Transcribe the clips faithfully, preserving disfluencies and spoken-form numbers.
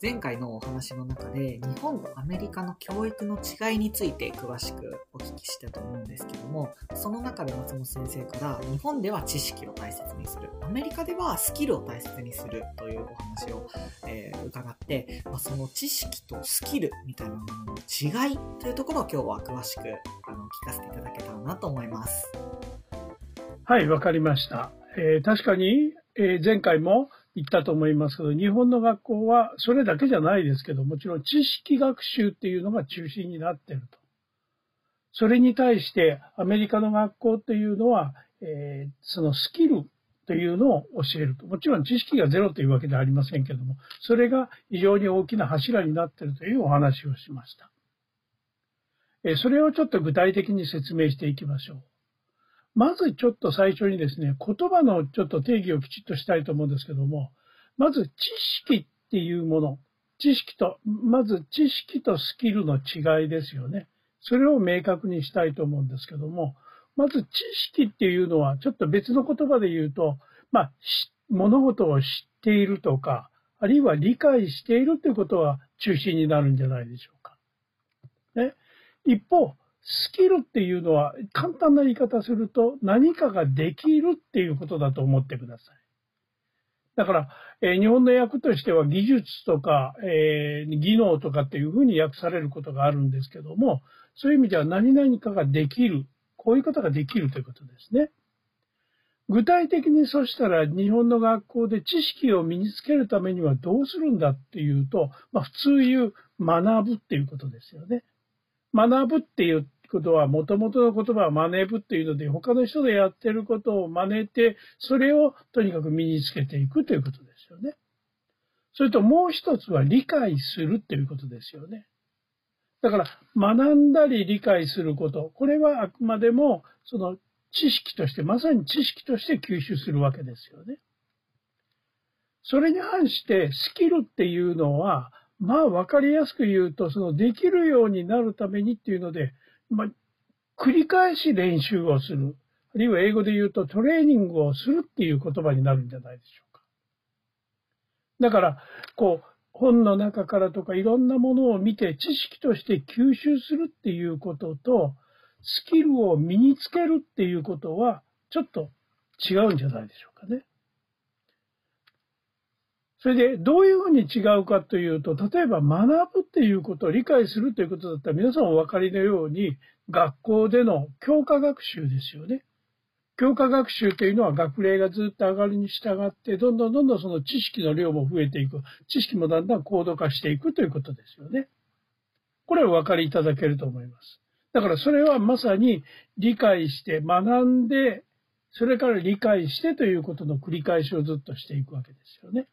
前回のお話の中で日本とアメリカの教育の違いについて詳しくお聞きしたと思うんですけども、その中で松本先生から日本では知識を大切にする、アメリカではスキルを大切にするというお話を、えー、伺って、まあ、その知識とスキルみたいなものの違いというところを今日は詳しくあの聞かせていただけたらなと思います。 はい、わかりました。えー、確かに、えー、前回も言ったと思いますけど、日本の学校はそれだけじゃないですけど、もちろん知識学習っていうのが中心になっていると。それに対してアメリカの学校っていうのは、えー、そのスキルというのを教えると。もちろん知識がゼロというわけではありませんけども、それが非常に大きな柱になっているというお話をしました。えー、それをちょっと具体的に説明していきましょう。まずちょっと最初にですね、言葉のちょっと定義をきちっとしたいと思うんですけども、まず知識っていうもの、知識と、まず知識とスキルの違いですよね。それを明確にしたいと思うんですけども、まず知識っていうのはちょっと別の言葉で言うと、まあ、物事を知っているとか、あるいは理解しているということは中心になるんじゃないでしょうか。ね、一方、スキルっていうのは簡単な言い方すると何かができるっていうことだと思ってください。だから、えー、日本の訳としては技術とか、えー、技能とかっていうふうに訳されることがあるんですけども、そういう意味では何々かができる、こういうことができるということですね。具体的にそしたら日本の学校で知識を身につけるためにはどうするんだっていうと、まあ、普通言う学ぶっていうことですよね。学ぶっていうことは、もともとの言葉は真似ぶっていうので、他の人がやってることを真似て、それをとにかく身につけていくということですよね。それともう一つは理解するっていうことですよね。だから、学んだり理解すること、これはあくまでも、その知識として、まさに知識として吸収するわけですよね。それに反して、スキルっていうのは、まあ、わかりやすく言うと、そのできるようになるためにっていうので、まあ、繰り返し練習をする。あるいは英語で言うとトレーニングをするっていう言葉になるんじゃないでしょうか。だから、こう、本の中からとかいろんなものを見て知識として吸収するっていうことと、スキルを身につけるっていうことは、ちょっと違うんじゃないでしょうかね。それで、どういうふうに違うかというと、例えば学ぶっていうことを理解するということだったら、皆さんお分かりのように、学校での教科学習ですよね。教科学習というのは学齢がずっと上がるに従って、どんどんどんどんその知識の量も増えていく。知識もだんだん高度化していくということですよね。これはお分かりいただけると思います。だからそれはまさに理解して学んで、それから理解してということの繰り返しをずっとしていくわけですよね。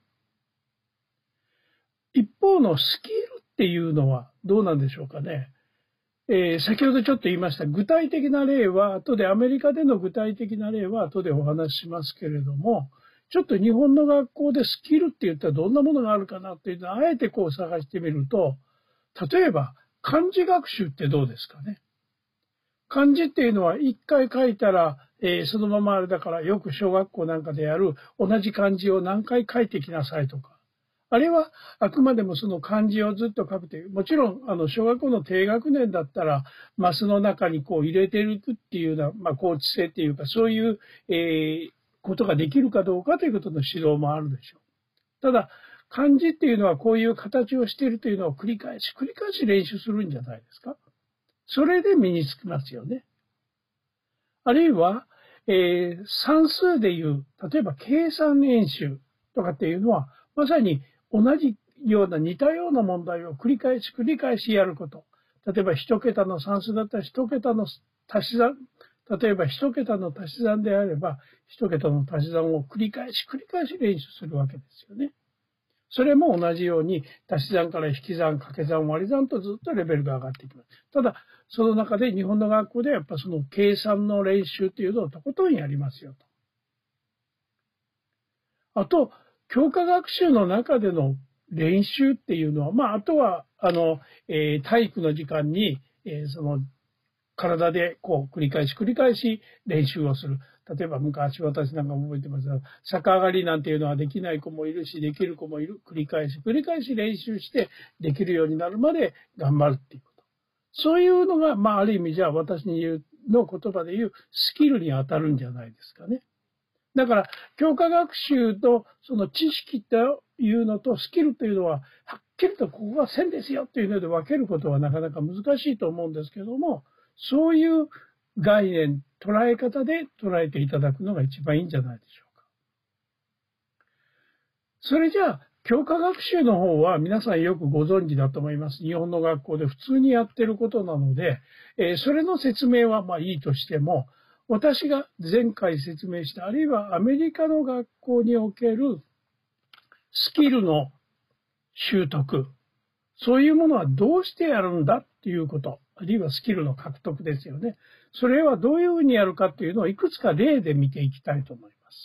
一方のスキルっていうのはどうなんでしょうかね。えー、先ほどちょっと言いました具体的な例は後でアメリカでの具体的な例は後でお話ししますけれども、ちょっと日本の学校でスキルって言ったらどんなものがあるかなっていうのをあえてこう探してみると、例えば漢字学習ってどうですかね。漢字っていうのは一回書いたら、えー、そのままあれだから、よく小学校なんかでやる同じ漢字を何回書いてきなさいとか。あれはあくまでもその漢字をずっと書くという、もちろんあの小学校の低学年だったらマスの中にこう入れていくっていうような、まあ、構築性っていうかそういう、えー、ことができるかどうかということの指導もあるでしょう。ただ漢字っていうのはこういう形をしているというのを繰り返し繰り返し練習するんじゃないですか。それで身につきますよね。あるいは、えー、算数でいう例えば計算演習とかっていうのはまさに同じような似たような問題を繰り返し繰り返しやること。例えば一桁の算数だったら一桁の足し算。例えば一桁の足し算であれば一桁の足し算を繰り返し繰り返し練習するわけですよね。それも同じように足し算から引き算、掛け算、割り算とずっとレベルが上がっていきます。ただその中で日本の学校ではやっぱその計算の練習というのをとことんやりますよと。あと教科学習の中での練習っていうのは、まあ、あとは、あの、えー、体育の時間に、えー、その、 体でこう繰り返し繰り返し練習をする。例えば昔私なんかも覚えてますが、逆上がりなんていうのはできない子もいるし、できる子もいる。繰り返し繰り返し練習してできるようになるまで頑張るっていうこと。そういうのが、まあある意味じゃあ私に言うの言葉で言うスキルに当たるんじゃないですかね。だから教科学習とその知識というのとスキルというのははっきりとここが線ですよというので分けることはなかなか難しいと思うんですけども、そういう概念、捉え方で捉えていただくのが一番いいんじゃないでしょうか。それじゃあ教科学習の方は皆さんよくご存知だと思います。日本の学校で普通にやってることなので、えー、それの説明はまあいいとしても、私が前回説明した、あるいはアメリカの学校におけるスキルの習得、そういうものはどうしてやるんだっていうこと、あるいはスキルの獲得ですよね。それはどういうふうにやるかっていうのをいくつか例で見ていきたいと思います。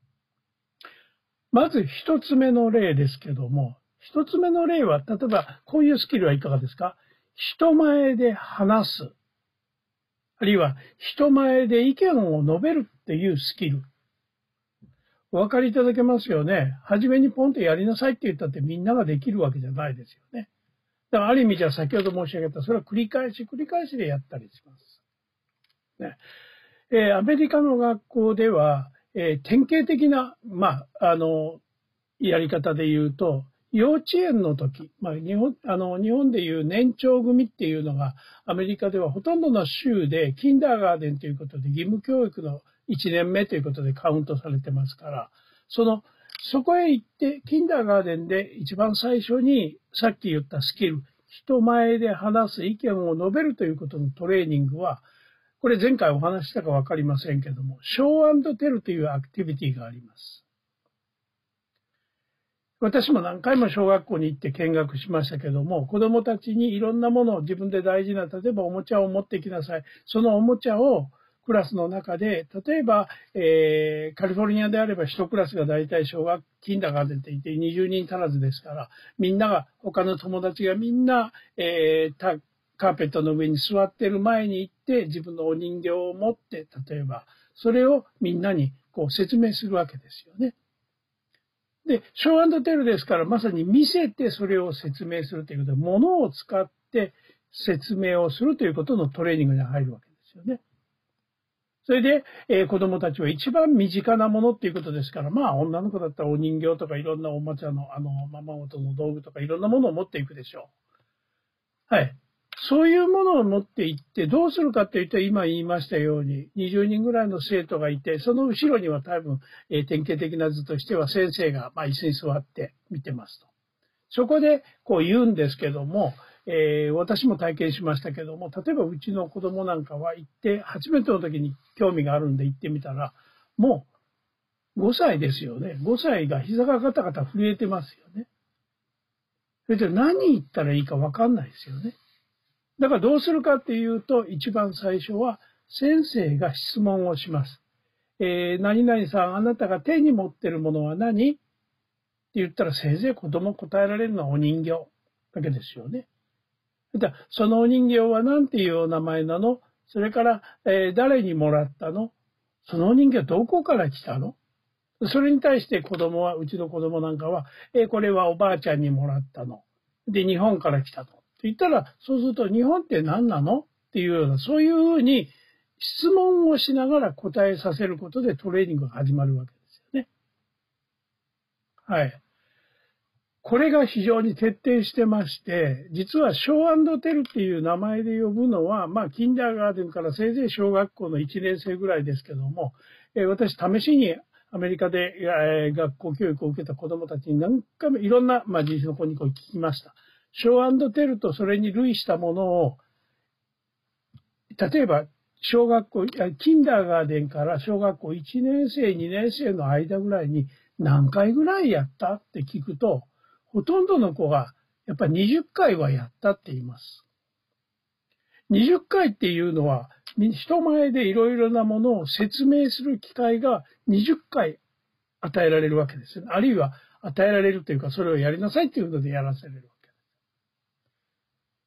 まず一つ目の例ですけども、一つ目の例は、例えばこういうスキルはいかがですか？人前で話す。あるいは人前で意見を述べるっていうスキル。お分かりいただけますよね。初めにポンとやりなさいって言ったってみんなができるわけじゃないですよね。だからある意味じゃ先ほど申し上げた、それは繰り返し繰り返しでやったりします。ねえー、アメリカの学校では、えー、典型的な、まあ、あの、やり方で言うと、幼稚園の時、まあ、日本、あの、日本でいう年長組っていうのが、アメリカではほとんどの州で、キンダーガーデンということで、義務教育のいちねんめということでカウントされてますから、その、そこへ行って、キンダーガーデンで一番最初に、さっき言ったスキル、人前で話す、意見を述べるということのトレーニングは、これ前回お話ししたか分かりませんけども、ショー&テルというアクティビティがあります。私も何回も小学校に行って見学しましたけども、子供たちにいろんなものを自分で大事な、例えばおもちゃを持ってきなさい。そのおもちゃをクラスの中で、例えば、えー、カリフォルニアであれば一クラスが大体小学、キンダーガーデンっていてにじゅうにん足らずですから、みんなが、他の友達がみんな、えー、カーペットの上に座ってる前に行って自分のお人形を持って、例えばそれをみんなにこう説明するわけですよね。で、ショー&テルですからまさに見せてそれを説明するということで、物を使って説明をするということのトレーニングに入るわけですよね。それで、えー、子供たちは一番身近なものっていうことですから、まあ女の子だったらお人形とかいろんなおもちゃのあのままごとの道具とかいろんなものを持っていくでしょう。はい。そういうものを持っていってどうするかというと、今言いましたようににじゅうにんぐらいの生徒がいて、その後ろには多分、えー、典型的な図としては先生が、まあ、椅子に座って見てますと。そこでこう言うんですけども、えー、私も体験しましたけども、例えばうちの子供なんかは行って初めての時に興味があるんで行ってみたら、もうごさいですよね。ごさいが膝がガタガタ震えてますよね。それで何言ったらいいか分かんないですよね。だからどうするかっていうと、一番最初は先生が質問をします。えー、何々さん、あなたが手に持ってるものは何？って言ったら、せいぜい子供答えられるのはお人形だけですよね。そのお人形は何ていうお名前なの？それから、えー、誰にもらったの？そのお人形はどこから来たの？それに対して子供は、うちの子供なんかは、えー、これはおばあちゃんにもらったの。で、日本から来たの。って言ったら、そうすると日本って何なの？っていうような、そういうふうに質問をしながら答えさせることでトレーニングが始まるわけですよね。はい。これが非常に徹底してまして、実はショー&テルっていう名前で呼ぶのは、まあ、キンダーガーデンからせいぜい小学校のいちねん生ぐらいですけども、えー、私、試しにアメリカで、えー、学校教育を受けた子どもたちに何回もいろんな、まあ、人種の子にこう聞きました。ショー&テルとそれに類したものを、例えば、小学校、キンダーガーデンから小学校いちねん生、にねん生の間ぐらいに何回ぐらいやったって聞くと、ほとんどの子がやっぱりにじゅっかいはやったって言います。にじゅっかいっていうのは、人前でいろいろなものを説明する機会がにじゅっかい与えられるわけですよね。あるいは与えられるというか、それをやりなさいっていうのでやらせれるわけです。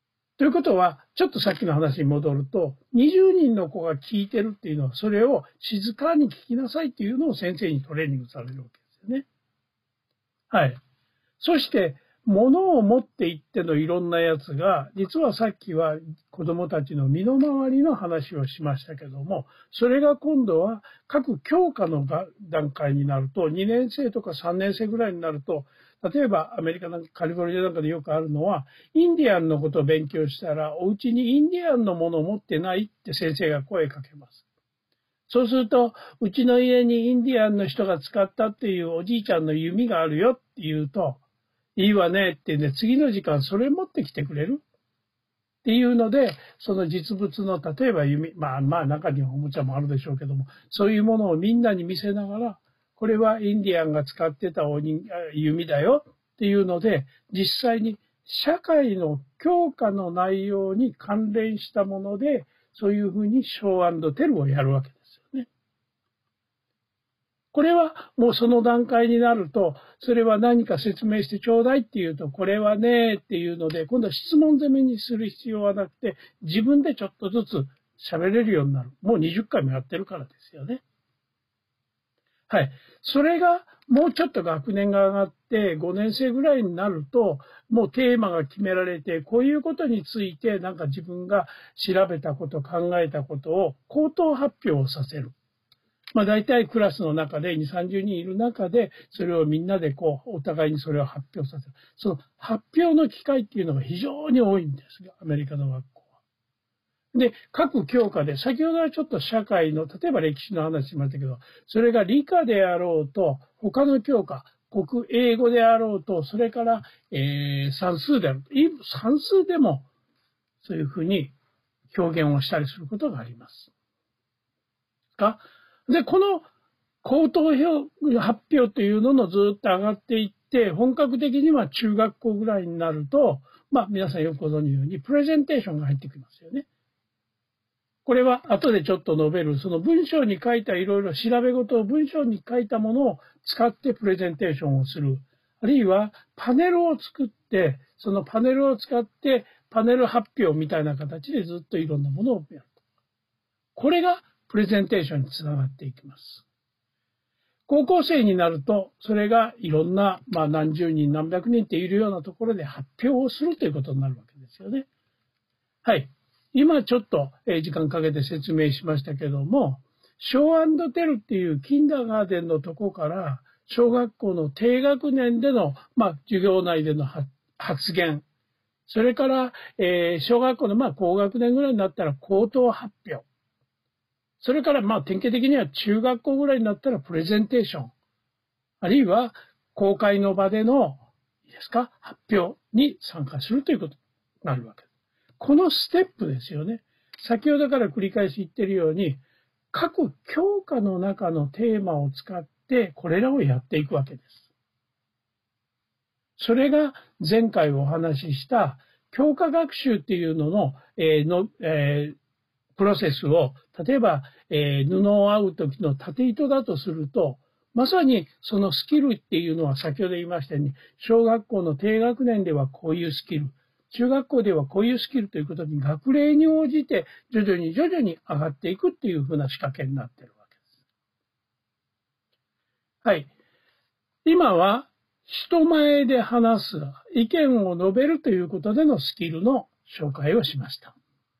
ということは、ちょっとさっきの話に戻ると、にじゅうにんの子が聞いてるっていうのは、それを静かに聞きなさいっていうのを先生にトレーニングされるわけですよね。はい。そして、物を持っていってのいろんなやつが、実はさっきは子供たちの身の回りの話をしましたけども、それが今度は各教科の段階になると、にねん生とかさんねん生ぐらいになると、例えばアメリカなんかカリフォルニアなんかでよくあるのは、インディアンのことを勉強したら、お家にインディアンのものを持ってないって先生が声かけます。そうすると、うちの家にインディアンの人が使ったっていうおじいちゃんの弓があるよって言うと、いいわねってね、次の時間それ持ってきてくれるっていうので、その実物の例えば弓、まあまあ中にはおもちゃもあるでしょうけども、そういうものをみんなに見せながら、これはインディアンが使ってたお人弓だよっていうので、実際に社会の教科の内容に関連したもので、そういうふうにショー&テルをやるわけですよね。これはもうその段階になると、それは何か説明してちょうだいっていうと、これはねっていうので、今度は質問攻めにする必要はなくて、自分でちょっとずつ喋れるようになる。もうにじゅっかいもやってるからですよね。はい。それがもうちょっと学年が上がってごねん生ぐらいになると、もうテーマが決められて、こういうことについてなんか自分が調べたこと、考えたことを口頭発表をさせる。まあ大体クラスの中でにじゅう、さんじゅうにんいる中で、それをみんなでこう、お互いにそれを発表させる。その発表の機会っていうのが非常に多いんですが、アメリカの学校は。で、各教科で、先ほどはちょっと社会の、例えば歴史の話しましたけど、それが理科であろうと、他の教科、国英語であろうと、それから、えー、算数であると。算数でも、そういうふうに表現をしたりすることがあります。かで、この口頭発表というののずっと上がっていって、本格的には中学校ぐらいになると、まあ皆さんよくご存知のように、プレゼンテーションが入ってきますよね。これは後でちょっと述べる、その文章に書いたいろいろ調べ事を文章に書いたものを使ってプレゼンテーションをする。あるいはパネルを作って、そのパネルを使ってパネル発表みたいな形でずっといろんなものをやる。これがプレゼンテーションにつながっていきます。高校生になると、それがいろんな、まあ何十人何百人っているようなところで発表をするということになるわけですよね。はい。今ちょっと時間かけて説明しましたけども、ショー&テルっていうキンダーガーデンのとこから小学校の低学年での、まあ、授業内での発言、それから、えー、小学校のまあ高学年ぐらいになったら口頭発表、それからまあ典型的には中学校ぐらいになったらプレゼンテーション、あるいは公開の場でのいいですか発表に参加するということになるわけです。このステップですよね。先ほどから繰り返し言っているように、各教科の中のテーマを使ってこれらをやっていくわけです。それが前回お話しした教科学習っていうのの、えーのえー、プロセスを、例えば、えー、布を編う時の縦糸だとすると、まさにそのスキルっていうのは先ほど言いましたように、小学校の低学年ではこういうスキル、中学校ではこういうスキルということに学齢に応じて徐々に徐々に上がっていくっていうふうな仕掛けになっているわけです。はい。今は人前で話す、意見を述べるということでのスキルの紹介をしました。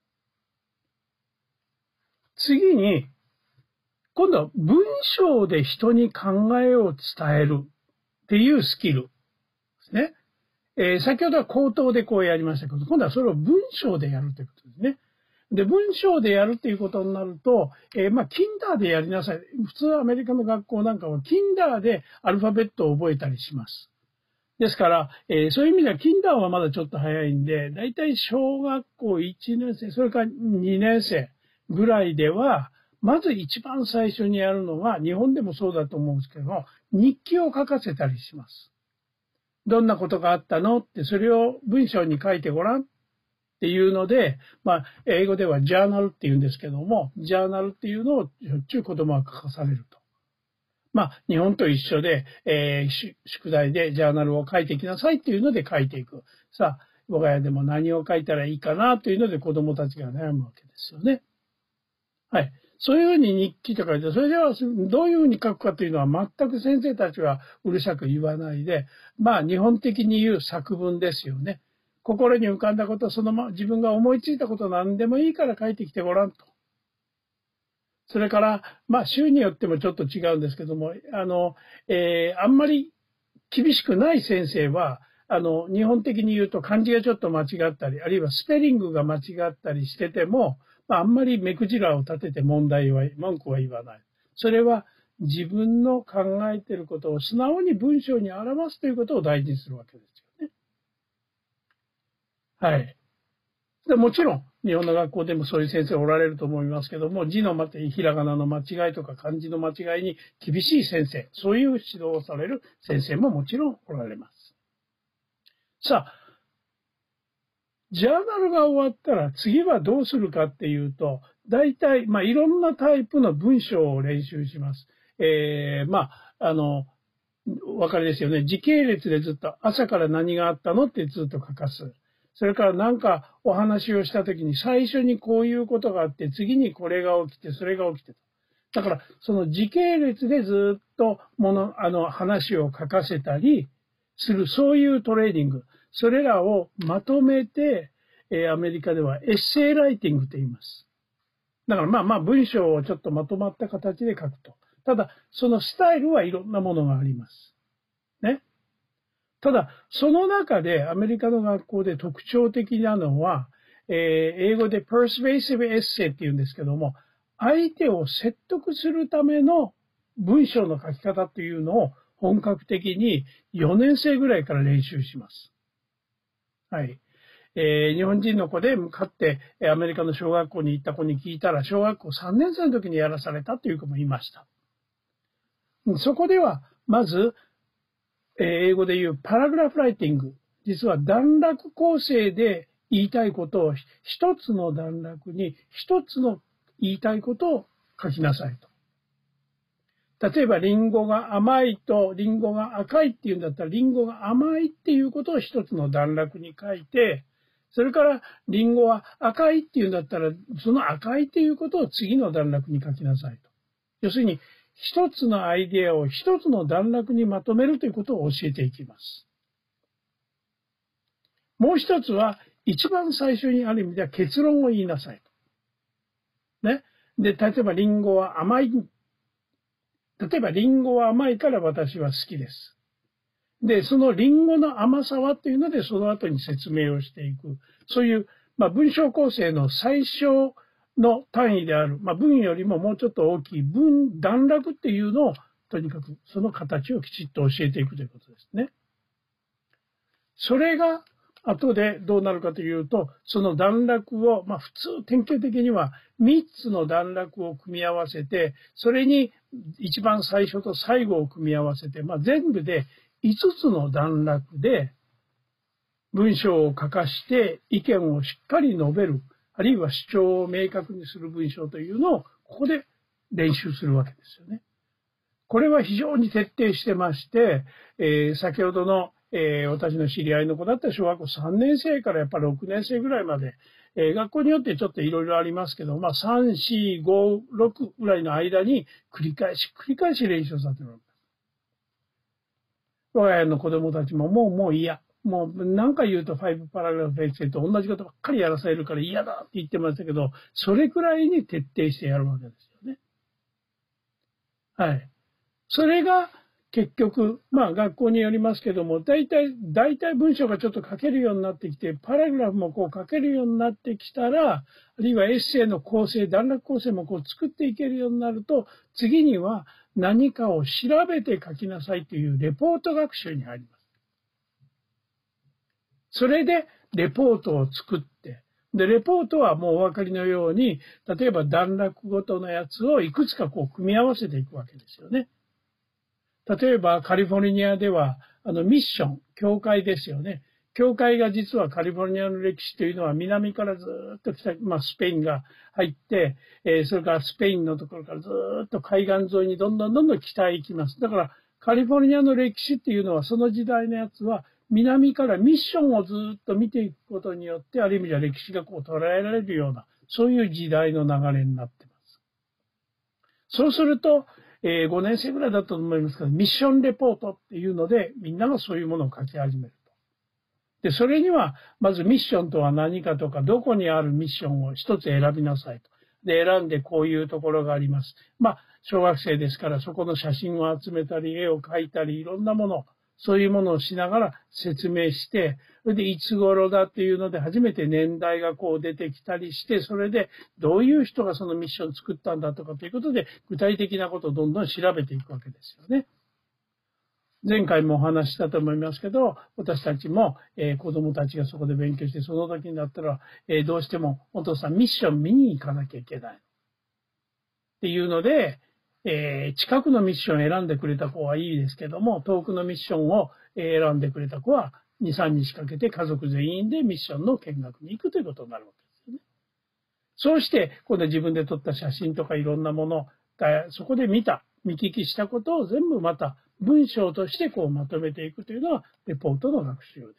次に、今度は文章で人に考えを伝えるっていうスキルですね。えー、先ほどは口頭でこうやりましたけど、今度はそれを文章でやるということですね。で、文章でやるということになると、えー、まあ、キンダーでやりなさい。普通アメリカの学校なんかはキンダーでアルファベットを覚えたりします。ですから、えー、そういう意味ではキンダーはまだちょっと早いんで、だいたい小学校いちねん生、それからにねん生ぐらいでは、まず一番最初にやるのは、日本でもそうだと思うんですけども、日記を書かせたりします。どんなことがあったのって、それを文章に書いてごらんっていうので、まあ、英語ではジャーナルって言うんですけども、ジャーナルっていうのをしょっちゅう子供は書かされると。まあ、日本と一緒で、えー、宿題でジャーナルを書いてきなさいっていうので書いていく。さあ、 我が家でも何を書いたらいいかなというので子供たちが悩むわけですよね。はい。そういうふうに日記とか言って、それではどういうふうに書くかというのは全く先生たちはうるさく言わないで、まあ日本的に言う作文ですよね。心に浮かんだこと、そのまま自分が思いついたこと何でもいいから書いてきてごらんと。それから、まあ州によってもちょっと違うんですけども、あの、えー、あんまり厳しくない先生は、あの、日本的に言うと漢字がちょっと間違ったり、あるいはスペリングが間違ったりしてても、まあ、あんまり目くじらを立てて問題は、文句は言わない。それは自分の考えていることを素直に文章に表すということを大事にするわけですよね。はい。でもちろん、日本の学校でもそういう先生おられると思いますけども、字の間違い、ひらがなの間違いとか漢字の間違いに厳しい先生、そういう指導をされる先生ももちろんおられます。さあ、ジャーナルが終わったら次はどうするかっていうと、大体、まあ、いろんなタイプの文章を練習します。えー、まあ、あの、お分かりですよね。時系列でずっと朝から何があったのってずっと書かす。それから何かお話をしたときに最初にこういうことがあって、次にこれが起きて、それが起きてと。だから、その時系列でずっともの、あの、話を書かせたりする、そういうトレーニング。それらをまとめて、えー、アメリカではエッセイライティングと言います。だからまあまあ文章をちょっとまとまった形で書くと。ただ、そのスタイルはいろんなものがあります。ね。ただ、その中でアメリカの学校で特徴的なのは、えー、英語で persuasive essay って言うんですけども、相手を説得するための文章の書き方っていうのを本格的によねん生ぐらいから練習します。はい。えー、日本人の子で向かってアメリカの小学校に行った子に聞いたら、小学校さんねん生の時にやらされたという子もいました。そこでは、まず、えー、英語で言うパラグラフライティング。実は段落構成で言いたいことを、一つの段落に一つの言いたいことを書きなさいと。例えば、リンゴが甘いとリンゴが赤いっていうんだったら、リンゴが甘いっていうことを一つの段落に書いて、それから、リンゴは赤いっていうんだったら、その赤いっていうことを次の段落に書きなさいと。要するに、一つのアイデアを一つの段落にまとめるということを教えていきます。もう一つは、一番最初にある意味では結論を言いなさいと。ね。で、例えば、リンゴは甘い。例えば、リンゴは甘いから私は好きです。で、そのリンゴの甘さはというので、その後に説明をしていく。そういう、まあ、文章構成の最小の単位である、まあ、文よりももうちょっと大きい文、段落っていうのを、とにかくその形をきちっと教えていくということですね。それが、後でどうなるかというと、その段落を、まあ、普通、典型的にはみっつの段落を組み合わせて、それに一番最初と最後を組み合わせて、まあ、全部でいつつの段落で文章を書かして意見をしっかり述べる、あるいは主張を明確にする文章というのをここで練習するわけですよね。これは非常に徹底してまして、えー、先ほどの、えー、私の知り合いの子だったら小学校さんねん生からやっぱりろくねん生ぐらいまで、えー、学校によってちょっといろいろありますけど、まあさん、よん、ご、ろくぐらいの間に繰り返し繰り返し練習させてもらう。我が家の子供たちももうもう嫌。もう何回言うとファイブパラグラフエッセイと同じことばっかりやらされるから嫌だって言ってましたけど、それくらいに徹底してやるわけですよね。はい。それが結局、まあ学校によりますけども、大体、大体文章がちょっと書けるようになってきて、パラグラフもこう書けるようになってきたら、あるいはエッセイの構成、段落構成もこう作っていけるようになると、次には何かを調べて書きなさいというレポート学習に入ります。それでレポートを作って、で、レポートはもうお分かりのように、例えば段落ごとのやつをいくつかこう組み合わせていくわけですよね。例えばカリフォルニアでは、あのミッション、教会ですよね。教会が実はカリフォルニアの歴史というのは南からずっと北、まあスペインが入って、えー、それからスペインのところからずっと海岸沿いにどんどんどんどん北へ行きます。だからカリフォルニアの歴史っていうのはその時代のやつは南からミッションをずっと見ていくことによって、ある意味では歴史がこう捉えられるような、そういう時代の流れになっています。そうすると、えー、ごねん生ぐらいだったと思いますけど、ミッションレポートっていうので、みんながそういうものを書き始めると。で、それには、まずミッションとは何かとか、どこにあるミッションを一つ選びなさいと。で、選んでこういうところがあります。まあ、小学生ですから、そこの写真を集めたり、絵を描いたり、いろんなもの、そういうものをしながら説明して、それでいつ頃だっていうので初めて年代がこう出てきたりして、それでどういう人がそのミッションを作ったんだとかということで、具体的なことをどんどん調べていくわけですよね。前回もお話ししたと思いますけど、私たちも、えー、子供たちがそこで勉強して、その時になったら、えー、どうしてもお父さんミッション見に行かなきゃいけない。っていうので、えー、近くのミッションを選んでくれた子はいいですけども、遠くのミッションを選んでくれた子はに、さんにちかけて家族全員でミッションの見学に行くということになるわけですよね。そうして、今度自分で撮った写真とかいろんなものが、そこで見た、見聞きしたことを全部また文章としてこうまとめていくというのはレポートの学習です。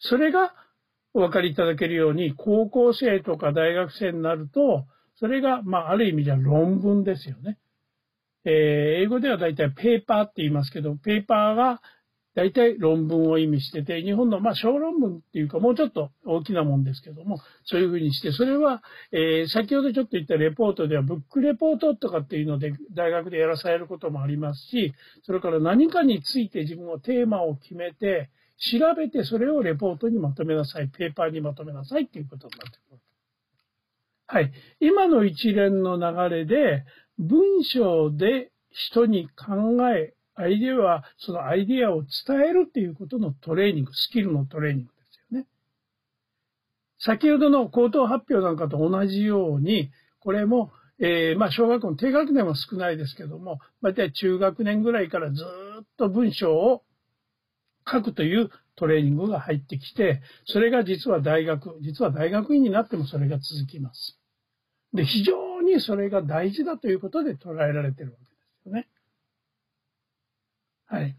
それがお分かりいただけるように、高校生とか大学生になると、それが、まあ、ある意味では論文ですよね。えー、英語では大体ペーパーって言いますけど、ペーパーが大体論文を意味してて、日本の、まあ、小論文っていうか、もうちょっと大きなもんですけども、そういうふうにして、それは、えー、先ほどちょっと言ったレポートでは、ブックレポートとかっていうので、大学でやらされることもありますし、それから何かについて自分はテーマを決めて、調べてそれをレポートにまとめなさい、ペーパーにまとめなさいっていうことになってくる。はい。今の一連の流れで、文章で人に考え、アイデアは、そのアイデアを伝えるっていうことのトレーニング、スキルのトレーニングですよね。先ほどの口頭発表なんかと同じように、これも、えー、まあ、小学校の低学年は少ないですけども、大体中学年ぐらいからずっと文章を書くというトレーニングが入ってきて、それが実は大学、実は大学院になってもそれが続きます。で、非常にそれが大事だということで捉えられているわけですよね。はい。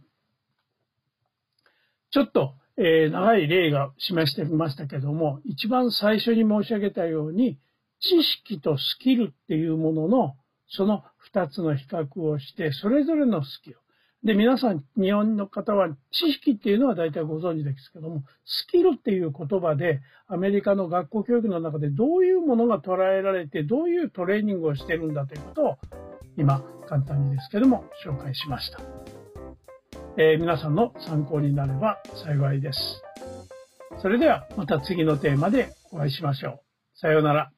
ちょっと、えー、長い例が示してみましたけども、一番最初に申し上げたように、知識とスキルっていうものの、その二つの比較をして、それぞれのスキル。で、皆さん、日本の方は知識っていうのは大体ご存知ですけども、スキルっていう言葉でアメリカの学校教育の中でどういうものが捉えられて、どういうトレーニングをしてるんだということを今、簡単にですけども紹介しました。えー、皆さんの参考になれば幸いです。それではまた次のテーマでお会いしましょう。さようなら。